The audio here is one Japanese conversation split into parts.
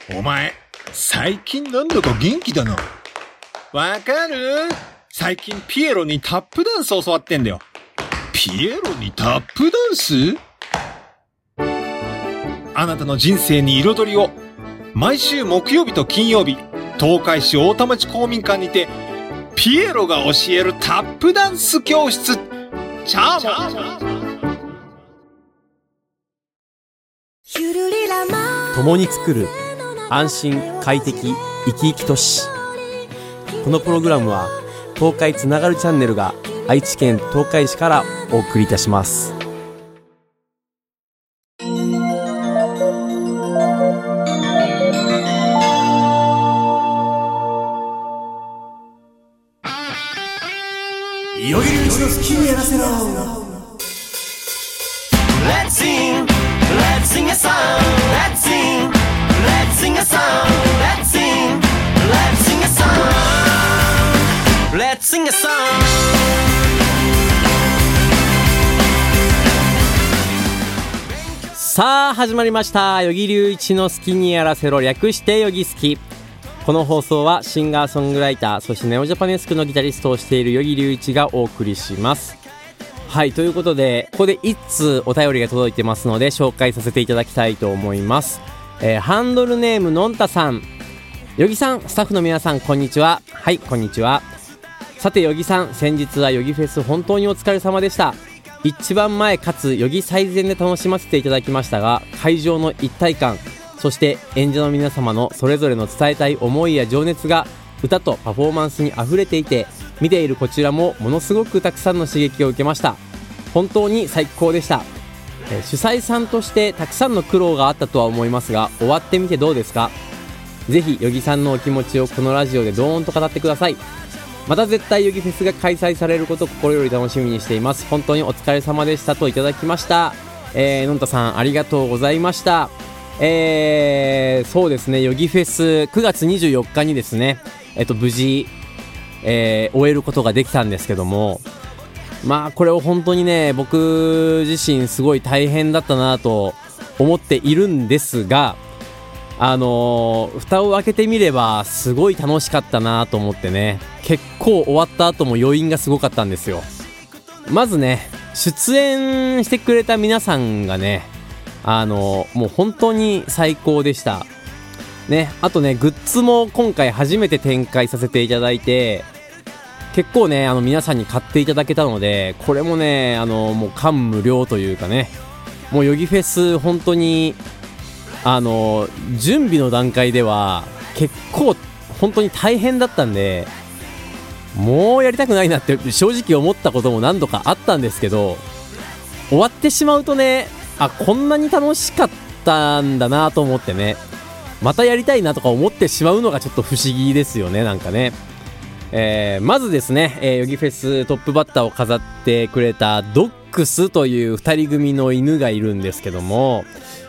お前、最近なんだか元気だな。わかる？最近ピエロにタップダンス教わってんだよ。ピエロにタップダンス？あなたの人生に彩りを。毎週木曜日と金曜日、東海市大田町公民館にて、ピエロが教えるタップダンス教室。チャーモン。 共に作る安心快適生き生き都市。このプログラムは東海つながるチャンネルが愛知県東海市からお送りいたします。 よぎりうちの好きにやらせろ。 Let's sing, let's sing a song. Let's sing, let's sing a song. Let's sing, let's sing a song. Let's sing a song. さあ始まりました。よぎりゅういちの好きにやらせろ、略してよぎ好き。この放送はシンガーソングライター、そしてネオジャパネスクのギタリストをしているよぎりゅういちがお送りします。はい、ということでここで一通お便りが届いてますので紹介させていただきたいと思います。ハンドルネームのんたさん。よぎさん、スタッフの皆さん、こんにちは。はい、こんにちは。さてよぎさん、先日はよぎフェス本当にお疲れ様でした。一番前かつよぎ最善で楽しませていただきましたが、会場の一体感、そして演者の皆様のそれぞれの伝えたい思いや情熱が歌とパフォーマンスにあふれていて、見ているこちらもものすごくたくさんの刺激を受けました。本当に最高でした。主催さんとしてたくさんの苦労があったとは思いますが、終わってみてどうですか？ぜひよぎさんのお気持ちをこのラジオでドーンと語ってください。また絶対よぎフェスが開催されることを心より楽しみにしています。本当にお疲れ様でしたといただきました。のんたさん、ありがとうございました。そうですね、よぎフェス9月24日にですね、無事、終えることができたんですけども、まあこれを本当にね、僕自身すごい大変だったなと思っているんですが、蓋を開けてみればすごい楽しかったなと思ってね、結構終わった後も余韻がすごかったんですよ。まずね、出演してくれた皆さんがね、もう本当に最高でしたね。あとね、グッズも今回初めて展開させていただいて、結構ね、皆さんに買っていただけたので、これもね、もう感無量というかね、もうよぎフェス本当に準備の段階では結構本当に大変だったんで、もうやりたくないなって正直思ったことも何度かあったんですけど、終わってしまうとね、こんなに楽しかったんだなと思ってね、またやりたいなとか思ってしまうのがちょっと不思議ですよね、なんかね。まずですね、よぎフェストップバッターを飾ってくれたドックスという2人組の犬がいるんですけども、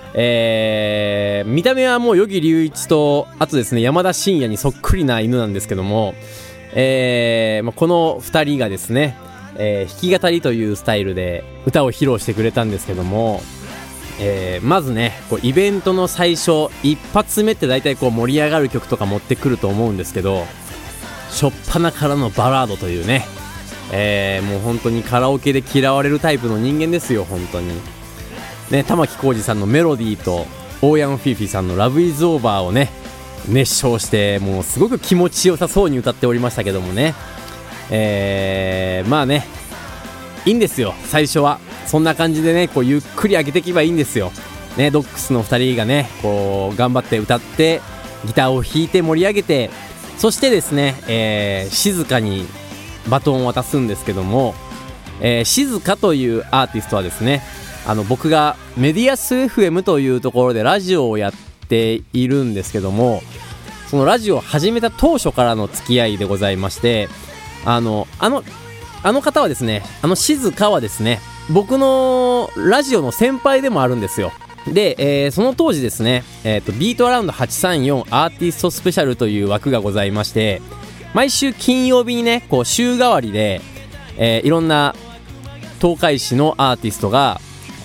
見た目はもうよぎりゅういちと、あとですね、山田真也にそっくりな犬なんですけども、この2人がですね、弾き語りというスタイルで歌を披露してくれたんですけども、まずね、こうイベントの最初一発目って大体こう盛り上がる曲とか持ってくると思うんですけど、初っ端からのバラードというね、もう本当にカラオケで嫌われるタイプの人間ですよ、本当にね。玉置浩二さんのメロディーとオーヤンフィーフィさんのラブイズオーバーをね熱唱して、もうすごく気持ちよさそうに歌っておりましたけどもね、まあね、いいんですよ、最初はそんな感じでね、こうゆっくり上げていけばいいんですよね。ドックスの2人がね、こう頑張って歌ってギターを弾いて盛り上げて、そしてですね、静かにバトンを渡すんですけども、静かというアーティストはですね、僕がメディアス FM というところでラジオをやっているんですけども、そのラジオを始めた当初からの付き合いでございまして、あの方はですね、静かはですね、僕のラジオの先輩でもあるんですよ。で、その当時ですね、ビートアラウンド834アーティストスペシャルという枠がございまして、毎週金曜日にね、こう週替わりで、いろんな東海市のアーティストが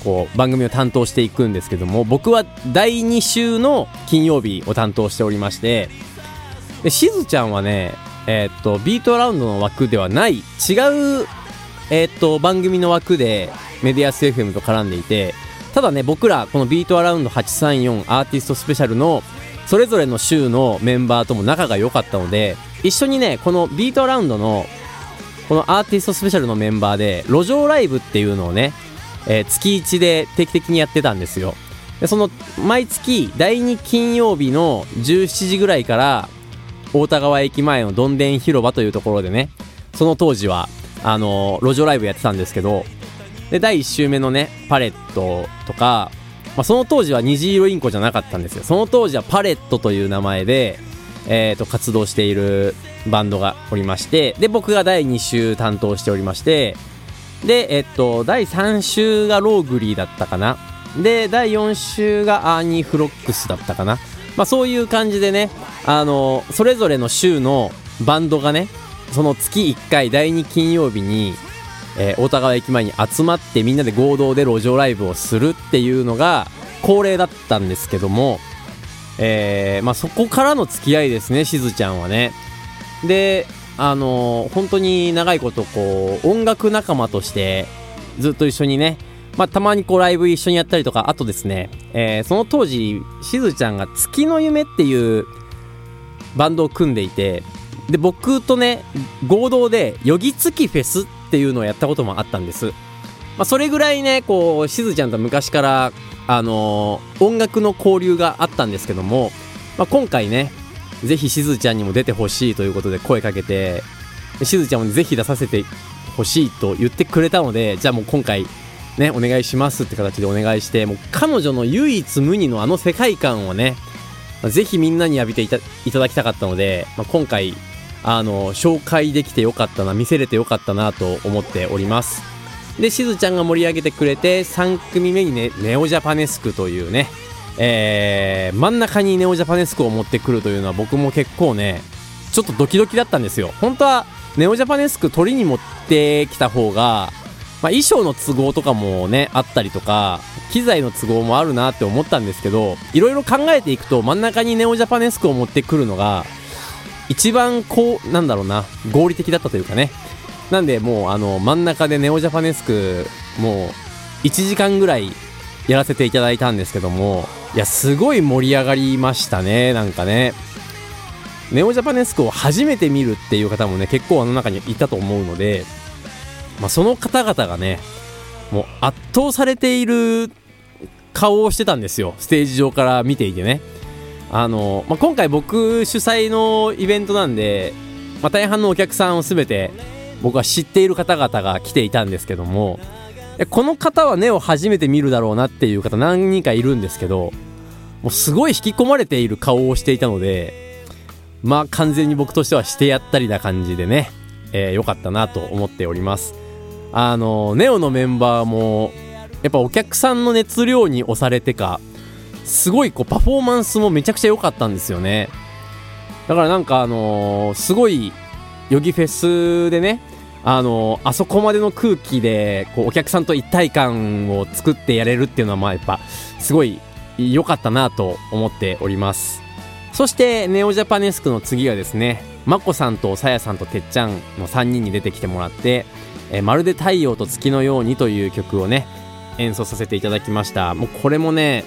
こう番組を担当していくんですけども、僕は第2週の金曜日を担当しておりまして、でしずちゃんはねビートラウンドの枠ではない違う番組の枠でメディアス FM と絡んでいて、ただね僕らこのビートアラウンド834アーティストスペシャルのそれぞれの週のメンバーとも仲が良かったので、一緒にねこのビートアラウンドのこのアーティストスペシャルのメンバーで路上ライブっていうのをね、月1で定期的にやってたんですよ。でその毎月第2金曜日の17時ぐらいから大田川駅前のどんでん広場というところでね、その当時は路上ライブやってたんですけど、で第1週目のねパレットとか、その当時は虹色インコじゃなかったんですよ。その当時はパレットという名前で、活動しているバンドがおりまして、で僕が第2週担当しておりまして、で第3週がローグリーだったかな、で第4週がアーニーフロックスだったかな、そういう感じでねそれぞれの週のバンドがねその月1回第2金曜日に大田川駅前に集まってみんなで合同で路上ライブをするっていうのが恒例だったんですけども、そこからの付き合いですね、しずちゃんはね。で本当に長いことこう音楽仲間としてずっと一緒にね、たまにこうライブ一緒にやったりとか、あとですね、その当時しずちゃんが月の夢っていうバンドを組んでいて、で僕とね合同でよぎつきフェスっていうのをやったこともあったんです。それぐらいねこうしずちゃんと昔から音楽の交流があったんですけども、今回ねぜひしずちゃんにも出てほしいということで声かけて、しずちゃんもぜひ出させてほしいと言ってくれたので、じゃあもう今回ねお願いしますって形でお願いして、もう彼女の唯一無二の世界観をねぜひみんなに浴びていただきたかったので、今回紹介できてよかったな、見せれてよかったなと思っております。でしずちゃんが盛り上げてくれて、3組目にねネオジャパネスクというね、真ん中にネオジャパネスクを持ってくるというのは僕も結構ねちょっとドキドキだったんですよ。本当はネオジャパネスク取りに持ってきた方が、衣装の都合とかもねあったりとか機材の都合もあるなって思ったんですけど、いろいろ考えていくと真ん中にネオジャパネスクを持ってくるのが一番合理的だったというかね。なんでもう真ん中でネオジャパネスクもう1時間ぐらいやらせていただいたんですけども、いやすごい盛り上がりましたね。なんかねネオジャパネスクを初めて見るっていう方もね結構中にいたと思うので、その方々がねもう圧倒されている顔をしてたんですよ、ステージ上から見ていてね。今回僕主催のイベントなんで、大半のお客さんを全て僕は知っている方々が来ていたんですけども、この方はネオ初めて見るだろうなっていう方何人かいるんですけど、もうすごい引き込まれている顔をしていたので、完全に僕としてはしてやったりな感じでね、良かったなと思っております。ネオのメンバーもやっぱお客さんの熱量に押されてかすごいパフォーマンスもめちゃくちゃ良かったんですよね。だからすごいヨギフェスでねあそこまでの空気でお客さんと一体感を作ってやれるっていうのはやっぱすごい良かったなと思っております。そしてネオジャパネスクの次はですね、まこさんとさやさんとてっちゃんの3人に出てきてもらって、まるで太陽と月のようにという曲をね演奏させていただきました。もうこれもね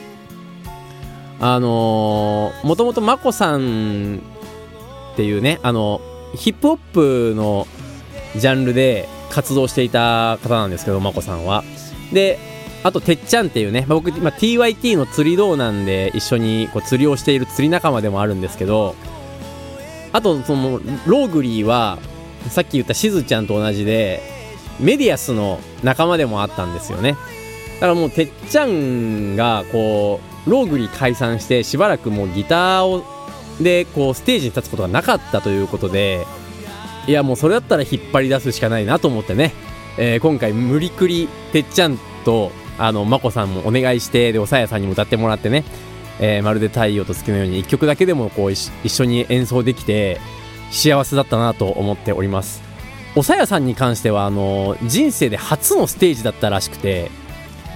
もともとまこさんっていうねヒップホップのジャンルで活動していた方なんですけど、まこさんは。であとてっちゃんっていうね、僕今 TYT の釣り道なんで一緒に釣りをしている釣り仲間でもあるんですけど、あとそのローグリーはさっき言ったしずちゃんと同じでメディアスの仲間でもあったんですよね。だからもうてっちゃんがローグリー解散してしばらくもうギターでステージに立つことがなかったということで、いやもうそれだったら引っ張り出すしかないなと思ってね、今回無理くりてっちゃんとまこさんもお願いして、でおさやさんにも歌ってもらってね、まるで太陽と月のように1曲だけでも一緒に演奏できて幸せだったなと思っております。おさやさんに関しては人生で初のステージだったらしくて、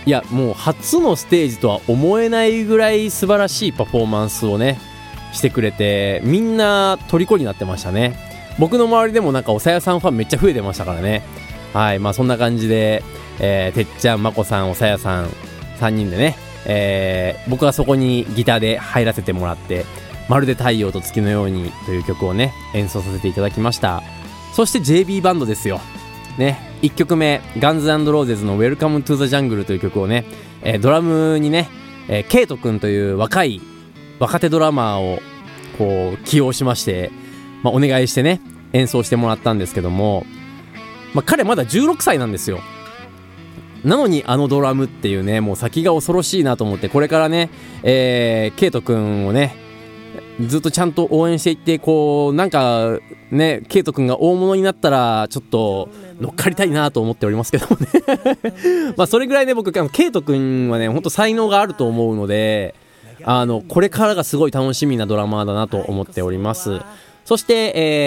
いやもう初のステージとは思えないぐらい素晴らしいパフォーマンスをねしてくれて、みんな虜になってましたね。僕の周りでもなんかおさやさんファンめっちゃ増えてましたからね。はい、まあそんな感じで、てっちゃん、まこさん、おさやさん3人でね、僕はそこにギターで入らせてもらって、まるで太陽と月のようにという曲をね演奏させていただきました。そして JB バンドですよね。1曲目ガンズ&ローゼズの Welcome to the Jungle という曲をね、ドラムにね、ケイト君という若手ドラマーをこう起用しまして、まあ、お願いしてね演奏してもらったんですけども、まあ、彼まだ16歳なんですよ。なのにあのドラムっていうね、もう先が恐ろしいなと思って、これからね、ケイト君をねずっとちゃんと応援していって、こうなんかねケイト君が大物になったらちょっと乗っかりたいなと思っておりますけどもねまあそれぐらいね、僕ケイト君はね本当才能があると思うので、これからがすごい楽しみなドラマーだなと思っております。そして、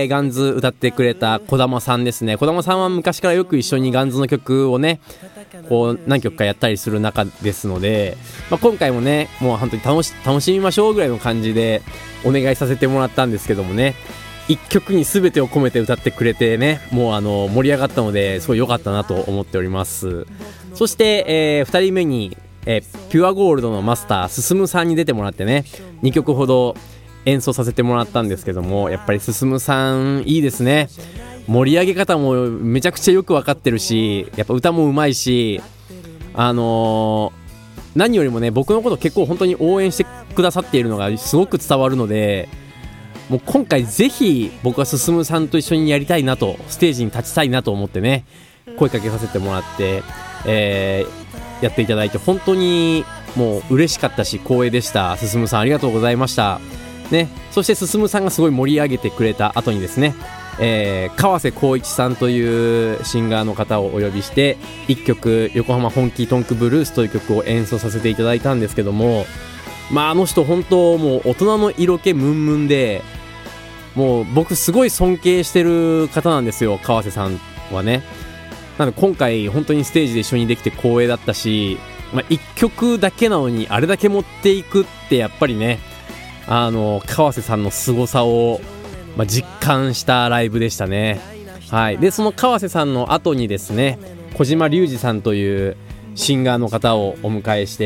ガンズ歌ってくれた児玉さんですね。児玉さんは昔からよく一緒にガンズの曲をねこう何曲かやったりする中ですので、まあ、今回もねもう本当に楽しみましょうぐらいの感じでお願いさせてもらったんですけどもね、一曲に全てを込めて歌ってくれてね、もう盛り上がったのですごい良かったなと思っております。そして、2人目に、ピュアゴールドのマスター進さんに出てもらってね2曲ほど演奏させてもらったんですけども、やっぱり進さんいいですね。盛り上げ方もめちゃくちゃよく分かってるし、やっぱ歌もうまいし、何よりもね僕のこと結構本当に応援してくださっているのがすごく伝わるので、もう今回ぜひ僕は進さんと一緒にやりたいなと、ステージに立ちたいなと思ってね声かけさせてもらって、やっていただいて本当にもう嬉しかったし光栄でした。進さんありがとうございましたね。そして進さんがすごい盛り上げてくれた後にですね、川瀬光一さんというシンガーの方をお呼びして1曲横浜本気トンクブルースという曲を演奏させていただいたんですけども、まああの人本当もう大人の色気ムンムンで、もう僕すごい尊敬してる方なんですよ、川瀬さんはね。なので今回本当にステージで一緒にできて光栄だったし、まあ、1曲だけなのにあれだけ持っていくってやっぱりね川瀬さんの凄さを、実感したライブでしたね。はい。でその川瀬さんの後にですね小島隆二さんというシンガーの方をお迎えして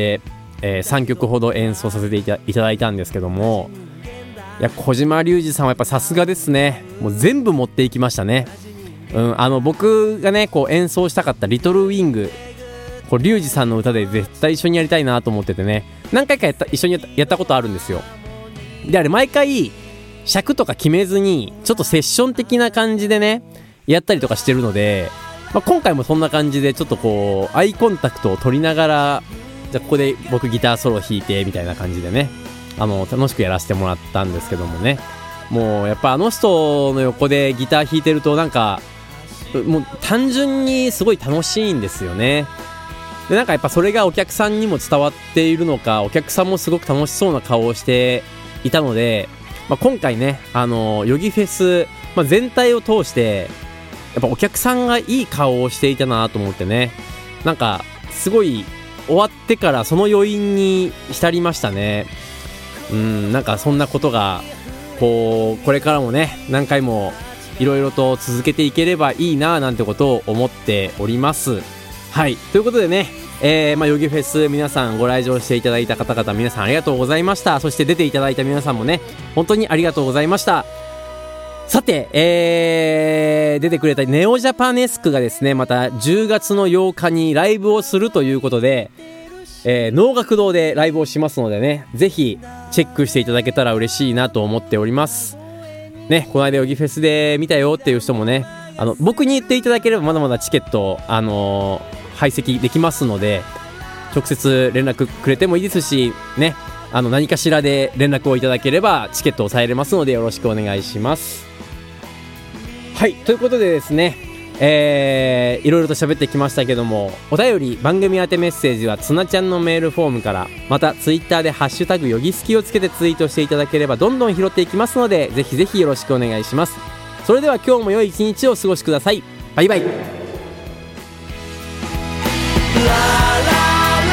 、3曲ほど演奏させていただいたんですけども、いや小島隆二さんはやっぱさすがですね。もう全部持っていきましたね。僕がねこう演奏したかったリトルウィング、こう隆二さんの歌で絶対一緒にやりたいなと思っててね、何回か一緒にやったことあるんですよ。であれ毎回尺とか決めずにちょっとセッション的な感じでねやったりとかしてるので、今回もそんな感じでちょっとこうアイコンタクトを取りながら、じゃあここで僕ギターソロ弾いてみたいな感じでね楽しくやらせてもらったんですけどもね、もうやっぱあの人の横でギター弾いてるとなんかもう単純にすごい楽しいんですよね。でなんかやっぱそれがお客さんにも伝わっているのか、お客さんもすごく楽しそうな顔をしていたので、今回ねヨギフェス、全体を通してやっぱお客さんがいい顔をしていたなと思ってね、なんかすごい終わってからその余韻に浸りましたね。なんかそんなことがこれからもね何回もいろいろと続けていければいいななんてことを思っております。はい、ということでねヨギフェス皆さんご来場していただいた方々皆さんありがとうございました。そして出ていただいた皆さんもね本当にありがとうございました。さて、出てくれたネオジャパネスクがですねまた10月の8日にライブをするということで、能楽堂でライブをしますのでね、ぜひチェックしていただけたら嬉しいなと思っておりますね。この間ヨギフェスで見たよっていう人もね僕に言っていただければまだまだチケット配席できますので、直接連絡くれてもいいですしね、何かしらで連絡をいただければチケットを抑えれますのでよろしくお願いします。はい、ということでですね、いろいろと喋ってきましたけども、お便り番組宛てメッセージはつなちゃんのメールフォームから、またツイッターでハッシュタグヨギスキをつけてツイートしていただければどんどん拾っていきますので、ぜひぜひよろしくお願いします。それでは今日も良い一日をお過ごしください。バイバイ。ラララ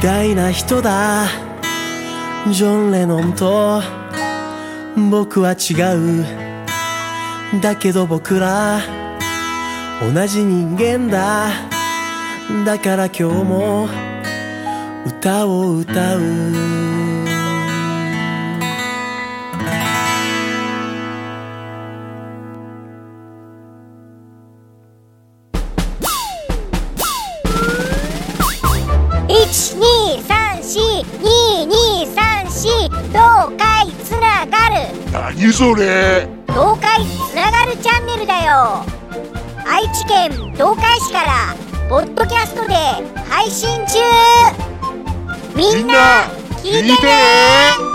外な人だ。ジョン・レノンと僕は違う。だけど僕ら同じ人間だ。だから今日も歌を歌う。 12342234東海つながる。 何それ。 東海つながるチャンネルだよ。愛知県東海市からポッドキャストで配信中。みんな聞いてね。